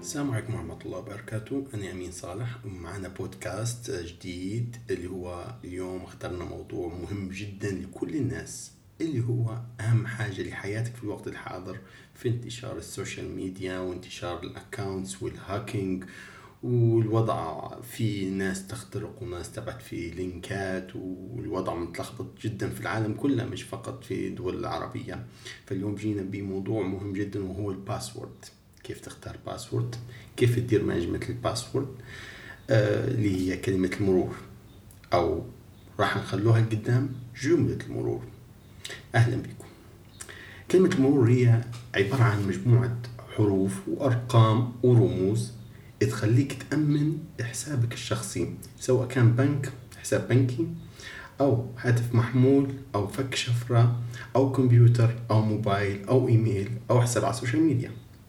السلام عليكم ورحمة الله وبركاته. أنا أمين صالح ومعنا بودكاست جديد اللي هو اليوم اخترنا موضوع مهم جدا لكل الناس، اللي هو أهم حاجة لحياتك في الوقت الحاضر في انتشار السوشيال ميديا وانتشار الأكاونتس والهاكينج، والوضع في ناس تخترق وناس تبعت في لينكات، والوضع متلخبط جدا في العالم كله مش فقط في الدول العربية. فاليوم جينا بموضوع مهم جدا وهو الباسورد. كيف تختار باسورد، كيف تدير مانجمنت للباسورد اللي هي كلمة المرور، أو راح نخلوها قدام جملة المرور. أهلا بكم. كلمة المرور هي عبارة عن مجموعة حروف وأرقام ورموز تخليك تأمن حسابك الشخصي، سواء كان بنك، حساب بنكي، أو هاتف محمول، أو فك شفرة، أو كمبيوتر، أو موبايل، أو إيميل، أو حساب على السوشيال ميديا.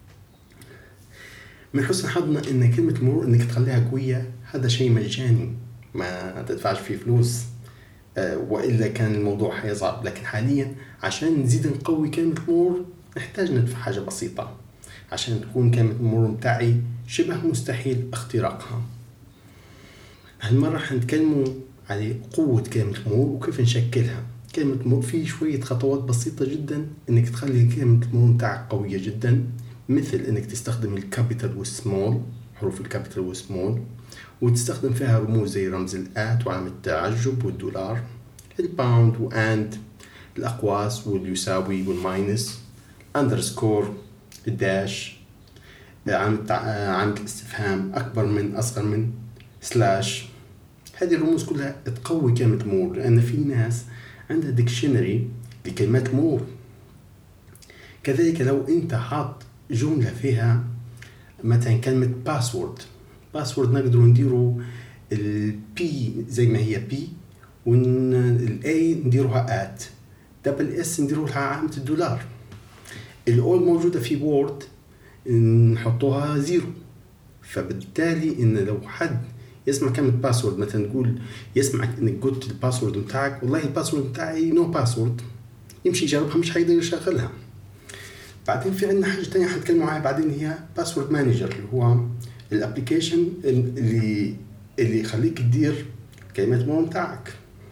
من حسن حظنا ان كلمة المرور انك تخليها قوية، هذا شيء مجاني ما تدفعش فيه فلوس، وإلا كان الموضوع حيصعب. لكن حاليا عشان نزيد نقوي كلمة المرور نحتاج ندفع حاجة بسيطة عشان تكون كلمة المرور متاعي شبه مستحيل اختراقها. هالمرة حنتكلموا على قوة كلمة المرور وكيف نشكلها. كلمة المرور فيه شوية خطوات بسيطة جدا انك تخلي كلمة المرور متاعك قوية جدا، مثل انك تستخدم الكابيتال والسمول، حروف الكابيتال والسمول، وتستخدم فيها رموز زي رمز الآت وعلامة التعجب والدولار، الباوند واند، الأقواس واليساوي والماينس، اندرسكور، الداش، علامة الاستفهام، أكبر من، أصغر من، سلاش. هذه الرموز كلها تقوي كلمة المرور، لأن في ناس عندها ديكشنري لكلمات المرور. كذلك لو أنت حاط جملة فيها مثلا كلمة باسورد نقدر نديروا البي زي ما هي بي، والاي نديروها ات، دبل اس نديروها علامة الدولار، الاول موجودة في وورد نحطوها زيرو. فبالتالي ان لو حد يسمع كلمة باسورد، مثلا تقول يسمعك انك قلت الباسورد متاعك، والله الباسورد متاعي نو باسورد، يمشي يجربها مش حيقدر يشغلها. بعدين في عندنا حاجة تانية حنتكلموا عنها بعدين، هي باسورد مانجر، اللي هو الابليكيشن اللي يخليك تدير كلمات المرور متاعك.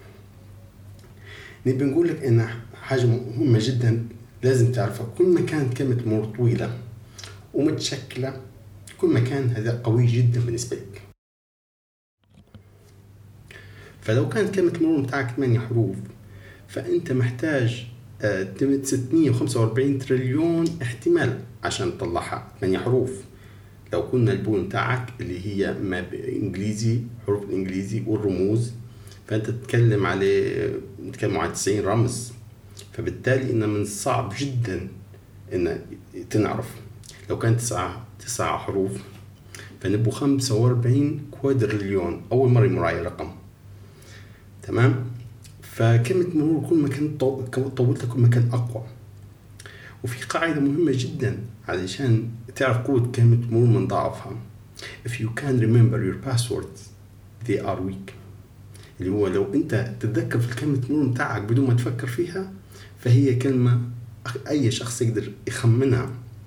نبي نقول لك ان حاجة مهمة جدا لازم تعرفها، كل ما كانت كلمة المرور طويلة ومتشكلة كل ما كان هذا قوي جدا بالنسبة لك. فلو كانت كلمة المرور متاعك 8 حروف فأنت محتاج 645 تريليون احتمال عشان تطلعها 8 حروف. لو كنا البول متاعك اللي هي ما بإنجليزي، حروف الإنجليزي والرموز، فأنت تتكلم على 90 رمز، فبالتالي إنه من الصعب جدا إن تنعرف. لو كانت 9 حروف فنبقوا 45 كوادريليون، أول مرة يمر علي رقم. تمام. فكلمة مرور كل ما كان طولتها كل ما كان أقوى. وفي قاعدة مهمة جدا علشان تعرف قوة كلمة مرور من ضعفها. If you can remember your passwords they are weak. اللي هو لو أنت تتذكر في كلمة مرور متاعك بدون ما تفكر فيها فهي كلمة أي شخص يقدر يخمنها.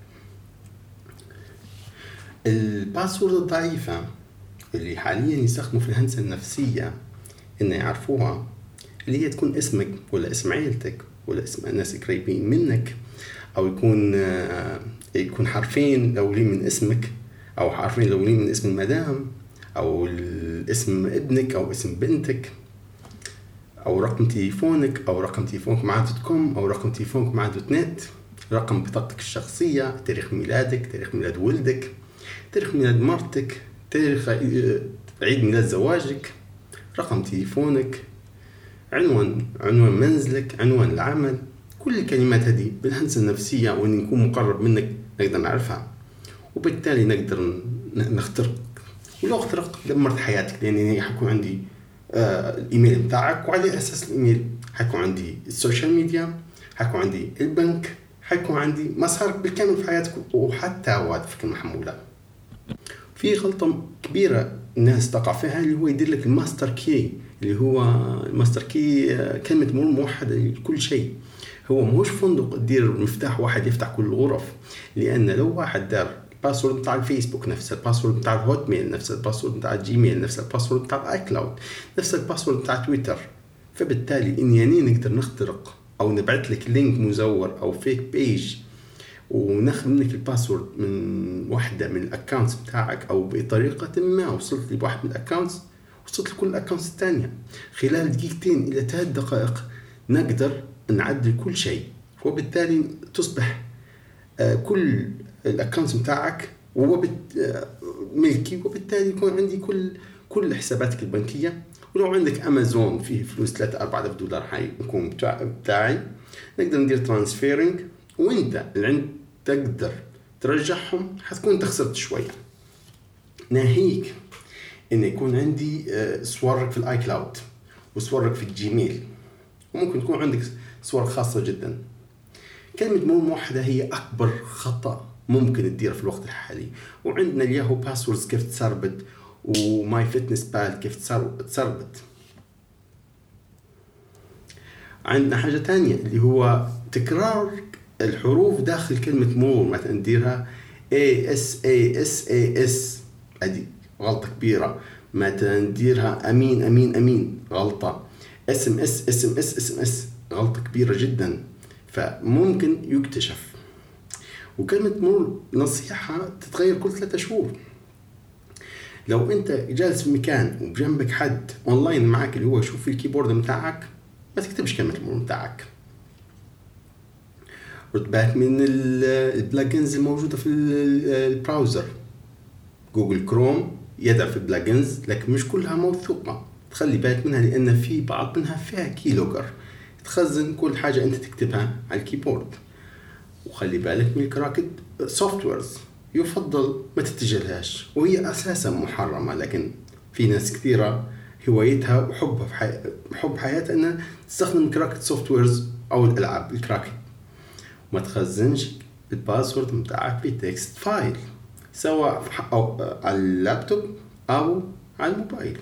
الباسورد الضعيفة اللي حاليا يستخدموا في الهندسة النفسية إن يعرفوها، اللي هي تكون اسمك ولا اسم عيلتك ولا اسم الناس قريبين منك، أو يكون حرفين الأولين من اسمك، أو حرفين الأولين من اسم المدام، أو اسم ابنك أو اسم بنتك، أو رقم تليفونك، أو رقم تليفونك مع .com، أو رقم تليفونك مع .net، رقم بطاقتك الشخصية، تاريخ ميلادك، تاريخ ميلاد ولدك، تاريخ ميلاد مرتك، تاريخ عيد ميلاد زواجك، رقم تليفونك، عنوان منزلك، عنوان العمل. كل الكلمات هذه بالهندسة النفسية وإن يكون مقرب منك نقدر نعرفها، وبالتالي نقدر نخترق. ولو اخترقت دمرت حياتك، لأن حيكون عندي الإيميل بتاعك، وعلى أساس الإيميل حيكون عندي السوشيال ميديا، حيكون عندي البنك، حيكون عندي مسارك بالكامل في حياتك، وحتى هواتفك المحمولة. في غلطة كبيرة الناس تقع فيها اللي هو يدير لك الماستر كي، اللي هو الماستر كي كلمة مرور موحدة لكل شيء. هو مش فندق تدير مفتاح واحد يفتح كل الغرف، لأن لو واحد دار الباسورد بتاع الفيسبوك، نفس الباسورد بتاع الهوت ميل، نفس الباسورد بتاع الجيميل، نفس الباسورد بتاع الاي كلاود، نفس الباسورد بتاع تويتر. فبالتالي إن يعني نقدر نخترق أو نبعث لك لينك مزور أو فيك بيج وناخذ منك الباسورد من واحدة من الأكاونتس بتاعك، أو بطريقة ما وصلت لي بواحد من الأكاونتس، وصلت لكل الأكاونتس الثانية خلال دقيقتين إلى 3 دقائق نقدر نعدل كل شيء. وبالتالي تصبح كل الأكاونتس بتاعك ملكي، وبالتالي يكون عندي كل حساباتك البنكية. ولو عندك أمازون فيه فلوس 3-4 ألف دولار حيكون بتاعي، نقدر ندير ترانسفيرنج، وانت اللي عندك تقدر ترجعهم، حتكون تخسرت شوية. ناهيك إن يكون عندي صورك في الآي كلاود وصورك في الجيميل، وممكن تكون عندك صور خاصة جدا. كلمة مرور موحدة هي أكبر خطأ ممكن تديره في الوقت الحالي. وعندنا الياهو باسوردز كيف تسربت، وماي فيتنس بال كيف تسربت. عندنا حاجة تانية اللي هو تكرار الحروف داخل كلمة مرور، مثلا نديرها ASASAS، هذه غلطة كبيرة. مثلا نديرها أمين غلطة. SMS غلطة كبيرة جدا، فممكن يكتشف. وكلمة مرور نصيحة تتغير كل 3 شهور. لو انت جالس في مكان وبجنبك حد اونلاين معك اللي هو يشوف في الكيبورد متاعك، ما تكتبش كلمة المرور متاعك. رد بالك من البلاجنز الموجودة في البراوزر. جوجل كروم يدعم في البلاجنز، لكن مش كلها موثوقة، تخلي بالك منها، لأن في بعض منها فيها كيلوجر تخزن كل حاجة انت تكتبها على الكيبورد. وخلي بالك من الكراكد سوفتويرز، يفضل ما تتجاهلهاش، وهي أساسا محرمة، لكن في ناس كثيرة هوايتها وحبها حب حياتها أنها تستخدم كراكد سوفتويرز أو الألعاب الكراكد. وما تخزنش الباسورد متاعك في تكست فايل، سواء على اللابتوب أو على الموبايل.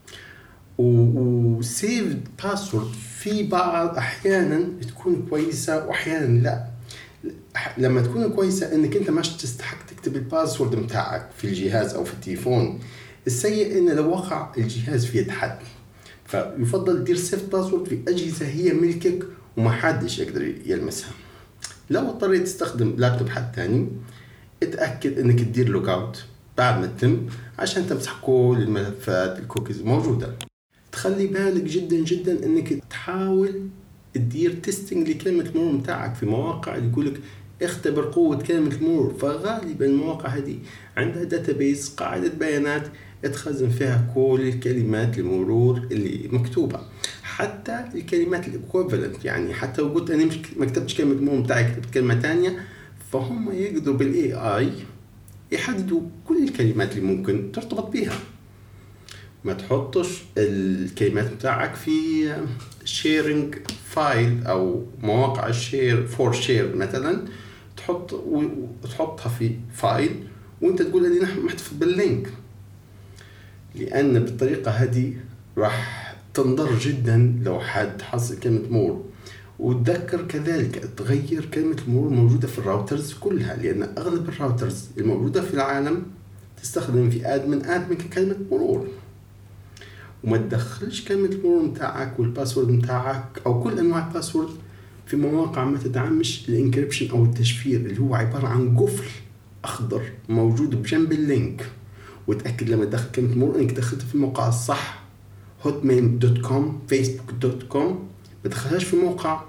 وسيف باسورد في بعض أحيانا تكون كويسة وأحيانا لا. لما تكون كويسة انك انت مش تستحق تكتب الباسورد متاعك في الجهاز او في التليفون. السيء ان لو وقع الجهاز في يد حد، فيفضل تدير سيف باسورد في اجهزة هي ملكك وما حدش يقدر يلمسها. لو اضطريت تستخدم لابتوب حد تاني، اتأكد انك تدير لوج اوت بعد ما تتم عشان تمسح كل الملفات الكوكيز موجودة. تخلي بالك جدا انك تحاول تدير تيستينج لكلمة المرور متاعك في مواقع اللي يقولك اختبر قوة كلمة المرور. فغالبا المواقع هذه عندها داتابيز، قاعدة بيانات تخزن فيها كل الكلمات المرور اللي مكتوبة، حتى الكلمات الايكوفالنت. يعني حتى لو قلت انا ما كتبتش كلمة المرور متاعي، كتبت كلمة تانية، فهم يقدروا بالاي اي يحددوا كل الكلمات اللي ممكن ترتبط بيها. ما تحطش الكلمات بتاعك في شيرنج فايل او مواقع الشير فور شير مثلا، تحطها في فايل وانت تقول لي نحن محتفظ باللينك، لان بالطريقه هذه راح تنضر جدا لو حد حصل كلمه مرور. وتذكر كذلك تغير كلمه المرور موجوده في الراوترز كلها، لان اغلب الراوترز الموجوده في العالم تستخدم في ادمن كلمه مرور. وما تدخلش كلمة المرور متاعك والباسورد متاعك أو كل أنواع الباسورد في مواقع ما تدعمش الانكريبشن أو التشفير، اللي هو عبارة عن قفل أخضر موجود بجنب اللينك. وتأكد لما تدخل كلمة مرور أنك دخلت في الموقع الصح، hotmail.com facebook.com. ما تدخلهاش في موقع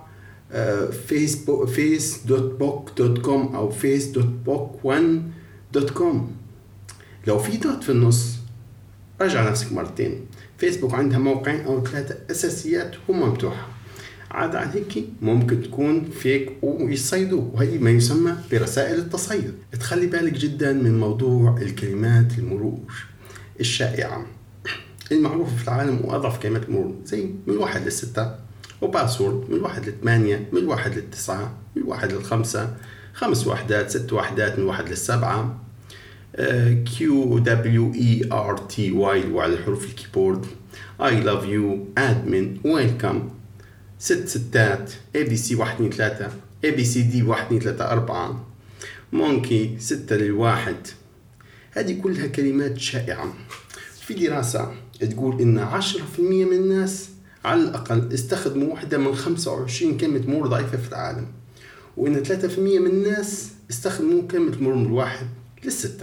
face.book.com أو face.book1.com. لو في دوت في النص راجع نفسك مرتين. فيسبوك عندها موقعين أو 3 أساسيات هما مفتوحة، عاد عن هيك ممكن تكون فيك ويصيدوا، وهي ما يسمى برسائل التصيد. تخلي بالك جدا من موضوع الكلمات المرور الشائعة المعروفة في العالم وأضعف كلمات المرور، زي من 1 ل6، وباسورد من 1 ل8، من 1 ل9، من 1 ل5، 5 وحدات، 6 وحدات، من 1 ل7، QWERTY وعلى حروف الكيبورد، I love you، admin، welcome، 6 ستات، ABC 1 2 3، ABCD 1 2 3 4، مونكي 6 ل1. هذه كلها كلمات شائعة. في دراسة تقول إن 10% من الناس على الأقل استخدموا واحدة من 25 كلمة مرور ضعيفة في العالم، وإن 3% من الناس استخدموا كلمة مرور من 1 ل6.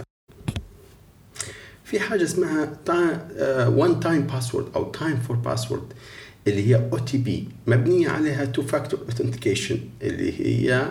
في حاجة اسمها one time password أو time for password اللي هي OTP مبنية عليها two factor authentication اللي هي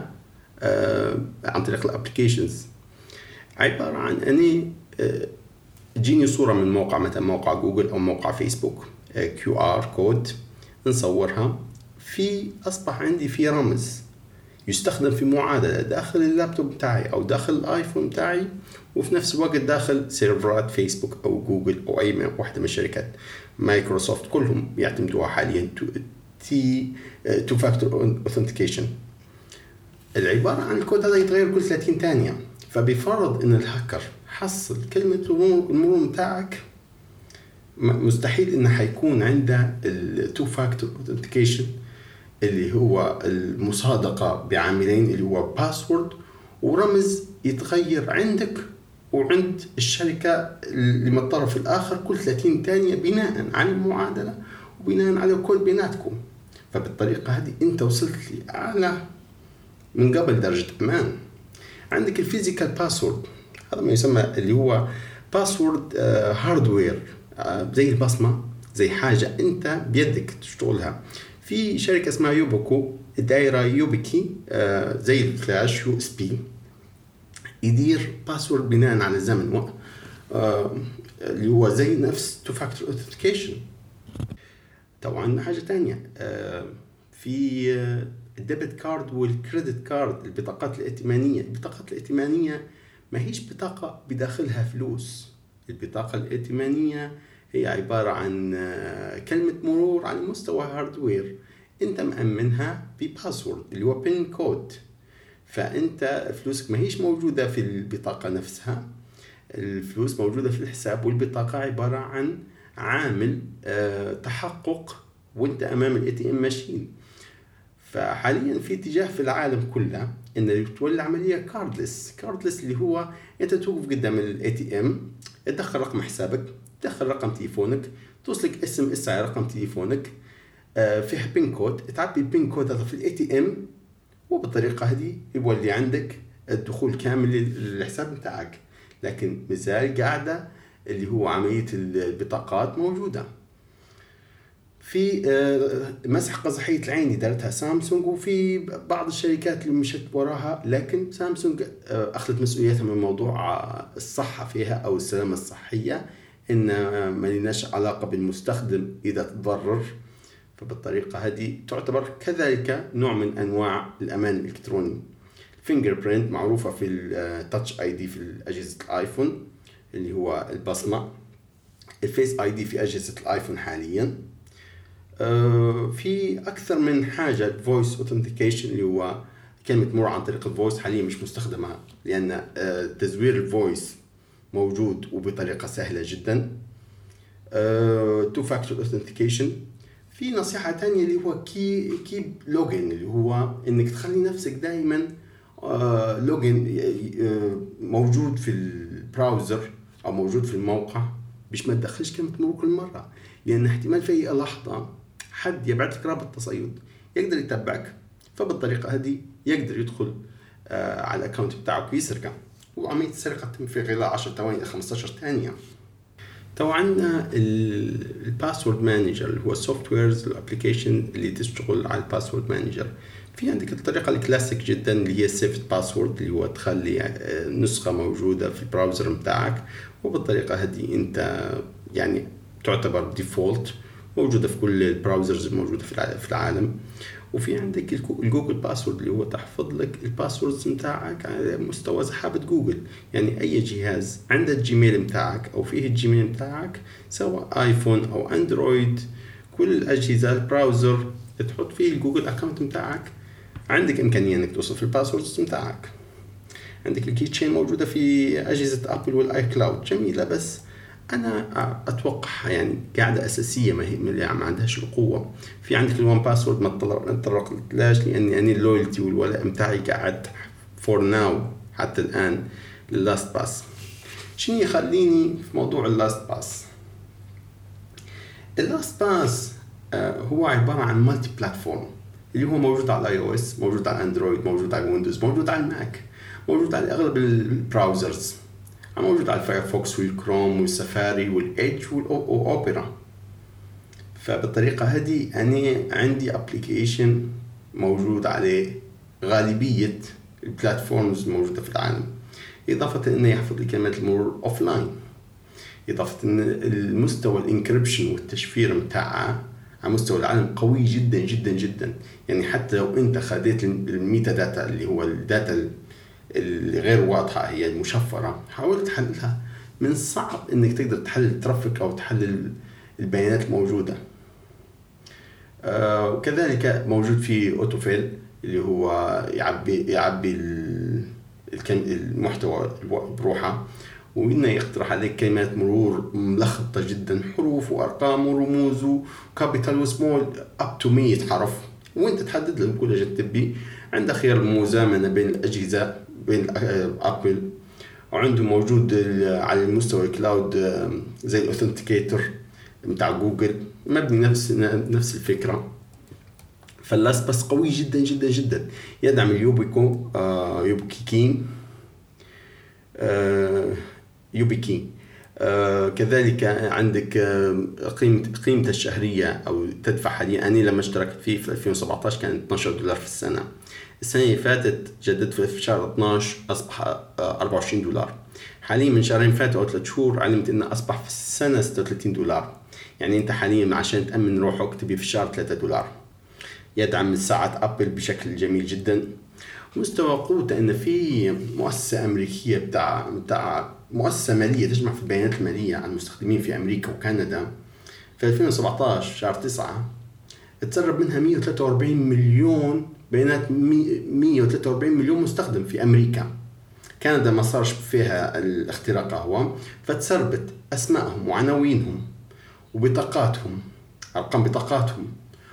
عن طريق الابليكيشنز. عبارة عن أني تجيني صورة من موقع مثلا موقع جوجل أو موقع فيسبوك QR كود نصورها، في أصبح عندي في رمز يستخدم في معادلة داخل اللابتوب بتاعي أو داخل الآيفون بتاعي، وفي نفس الوقت داخل سيرفرات فيسبوك أو جوجل أو أي واحدة من شركات مايكروسوفت، كلهم يعتمدوها حاليا two factor authentication. العبارة عن الكود هذا يتغير كل 30 ثانية. فبفرض إن الهاكر حصل كلمة المرور متاعك، مستحيل إنه حيكون عنده two factor authentication اللي هو المصادقة بعاملين اللي هو باسورد ورمز يتغير عندك وعند الشركة اللي من الطرف الآخر كل 30 ثانية بناء على المعادلة وبناء على كود بيناتكم. فبالطريقة هذه أنت وصلت لأعلى من قبل درجة أمان. عندك الفيزيكال باسورد، هذا ما يسمى اللي هو باسورد هاردوير، زي البصمة، زي حاجة أنت بيدك تشتغلها. في شركة اسمها يوبيكو دايرة يوبيكي زي الفلاش USB يدير باسورد بناء على الزمن اللي هو زي نفس two factor authentication. طبعا حاجة تانية في الديبت كارد والكريدت كارد، البطاقات الائتمانية. البطاقات الائتمانية ما هيش بطاقة بداخلها فلوس. البطاقة الائتمانية هي عبارة عن كلمة مرور على مستوى هاردوير انت مأمنها بباسورد اللي هو بين كود. فانت فلوسك ما هيش موجودة في البطاقة نفسها، الفلوس موجودة في الحساب، والبطاقة عبارة عن عامل تحقق وانت امام ال ATM ماشين. فحاليا في اتجاه في العالم كله ان تولي عملية كاردلس اللي هو انت توقف قدام ال ATM، تدخل رقم حسابك، تدخل رقم تليفونك، توصلك SMS على رقم تليفونك فيه بين كود، تعبي البين كود هذا في ال ATM، وبالطريقة هذه يولي عندك الدخول كامل للحساب بتاعك. لكن مازال قاعدة اللي هو عملية البطاقات موجودة. في مسح قزحية العين دارتها سامسونج، وفي بعض الشركات اللي مشت وراها، لكن سامسونج أخذت مسؤوليتها من موضوع الصحة فيها أو السلامة الصحية، إن ما لناش علاقة بالمستخدم إذا تضرر. فبالطريقة هذه تعتبر كذلك نوع من أنواع الأمان الإلكتروني. فينجر برينت معروفة في التاتش ID في أجهزة الآيفون اللي هو البصمة، الفيس ID في أجهزة الآيفون حاليا. في أكثر من حاجة voice authentication اللي هو كلمة مرور عن طريق الفويس، حاليا مش مستخدمة لأن تزوير الفويس موجود وبطريقة سهلة جدا. two factor authentication. في نصيحة تانية اللي هو كيب لوجين، اللي هو إنك تخلي نفسك دائما لوجين موجود في البراوزر أو موجود في الموقع، باش ما تدخلش كلمة مرور كل مرة، لأن احتمال في أي لحظة حد يبعث رابط تصيد يقدر يتبعك. فبالطريقة هذه يقدر يدخل على الأكاونت بتاعك ويسرقه، وعملية السرقة تتم في خلال 10 ثواني إلى 15 ثانية. طبعا عندنا الباسورد مانجر اللي هو السوفت ويرز الابليكيشن اللي تشتغل على الباسورد مانجر. في عندك الطريقة الكلاسيك جدا اللي هي سيفت باسورد، اللي هو تخلي نسخة موجودة في البراوزر متاعك، وبالطريقة هذه انت يعني تعتبر ديفولت موجودة في كل البراوزرز الموجودة في العالم. وفي عندك الجوجل باسورد اللي هو تحفظ لك الباسوردز متاعك على مستوى سحابة جوجل. يعني أي جهاز عنده الجيميل متاعك أو فيه الجيميل متاعك سواء آيفون أو أندرويد، كل الأجهزة البراوزر تحط فيه الجوجل أكاونت متاعك، عندك إمكانية إنك توصف الباسوردز متاعك. عندك الكي تشين موجودة في أجهزة أبل والآي كلاود، جميلة، بس أنا أتوقع يعني قاعدة أساسية ما هي ما عندهاش القوة. في عندك الوان باسورد ما تطرق لهاش، لأني اللويالتي والولاء متاعي قاعد فور ناو حتى الآن لللاست باس. شنو يخليني في موضوع اللاست باس؟ اللاست باس هو عبارة عن مالتي بلاتفورم، اللي هو موجود على اي او اس، موجود على اندرويد، موجود على ويندوز، موجود على الماك، موجود على اغلب البراوزرز، موجود على الفايرفوكس والكروم والسفاري والايدج والاوبرا. فبالطريقة هذه أنا عندي ابليكيشن موجود عليه غالبية البلاتفورمز الموجودة في العالم، إضافة إنه يحفظ لي كلمات المرور أوفلاين، إضافة إن المستوى الانكريبشن والتشفير متاعها على مستوى العالم قوي جدا جدا جدا. يعني حتى لو أنت خديت الميتا داتا اللي هو الداتا اللي غير واضحة هي المشفرة، حاولت تحللها، من صعب إنك تقدر تحلل الترافيك أو تحلل البيانات الموجودة. وكذلك موجود في أوتوفيل اللي هو يعبي المحتوى بروحه، وإنه يقترح عليك كلمات مرور ملخبطة جدا، حروف وأرقام ورموز وكابيتال وسمول up to 100 حرف، وإنت تحدد له كل جد تبي. عنده خيار المزامنة بين الأجهزة بين أبل، وعنده موجود على المستوى الكلاود زي الأوثنتيكيتور متاع جوجل، مبني نفس الفكرة. فاللاست باس قوي جدا جدا جدا، يدعم اليوبيكين كذلك عندك قيمة الشهرية أو تدفع حاليا. أنا لما اشتركت فيه في 2017 كانت $12 في السنة. السنة اللي فاتت جددت في شهر 12 أصبح $24. حاليا من شهرين فاتوا أو 3 شهور علمت إنه أصبح في السنة $36. يعني أنت حاليا عشان تأمن روحك تبي في الشهر $3. يدعم الساعات أبل بشكل جميل جدا. مستوى قوته إن في مؤسسة أمريكية بتاع مؤسسة مالية تجمع في البيانات المالية عن المستخدمين في أمريكا وكندا في 2017 شهر 9 تسرب منها 143 مليون بيانات، 143 مليون مستخدم في أمريكا. كندا ما صارش فيها الاختراق هو، فتسربت أسمائهم وعناوينهم وبطاقاتهم، أرقام بطاقاتهم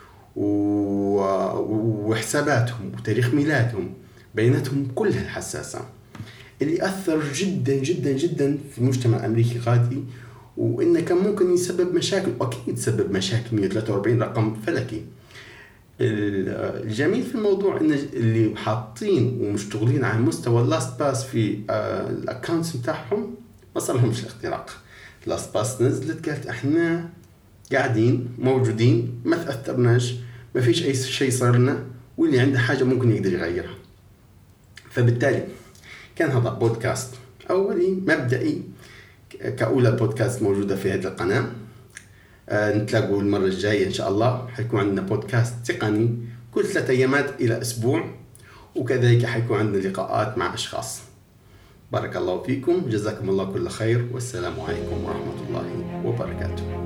وحساباتهم وتاريخ ميلادهم، بياناتهم كلها الحساسة، اللي أثر جدا جدا جدا في المجتمع الأمريكي غادي، وإنه كان ممكن يسبب مشاكل، وأكيد سبب مشاكل. 143 رقم فلكي. الجميل في الموضوع إن اللي حاطين ومشتغلين على مستوى اللاست باس في الأكاونتس متاعهم ما صار لهمش الاختراق. لاست باس نزلت قالت إحنا قاعدين موجودين، ما تأثرناش، ما فيش أي شيء صار لنا، واللي عنده حاجة ممكن يقدر يغيرها. فبالتالي كان هذا بودكاست أولي مبدئي كأولى بودكاست موجودة في هذه القناة. نتلاقوا المرة الجاية إن شاء الله، حيكون عندنا بودكاست تقني كل 3 أيامات إلى أسبوع، وكذلك حيكون عندنا لقاءات مع أشخاص. بارك الله فيكم، جزاكم الله كل خير، والسلام عليكم ورحمة الله وبركاته.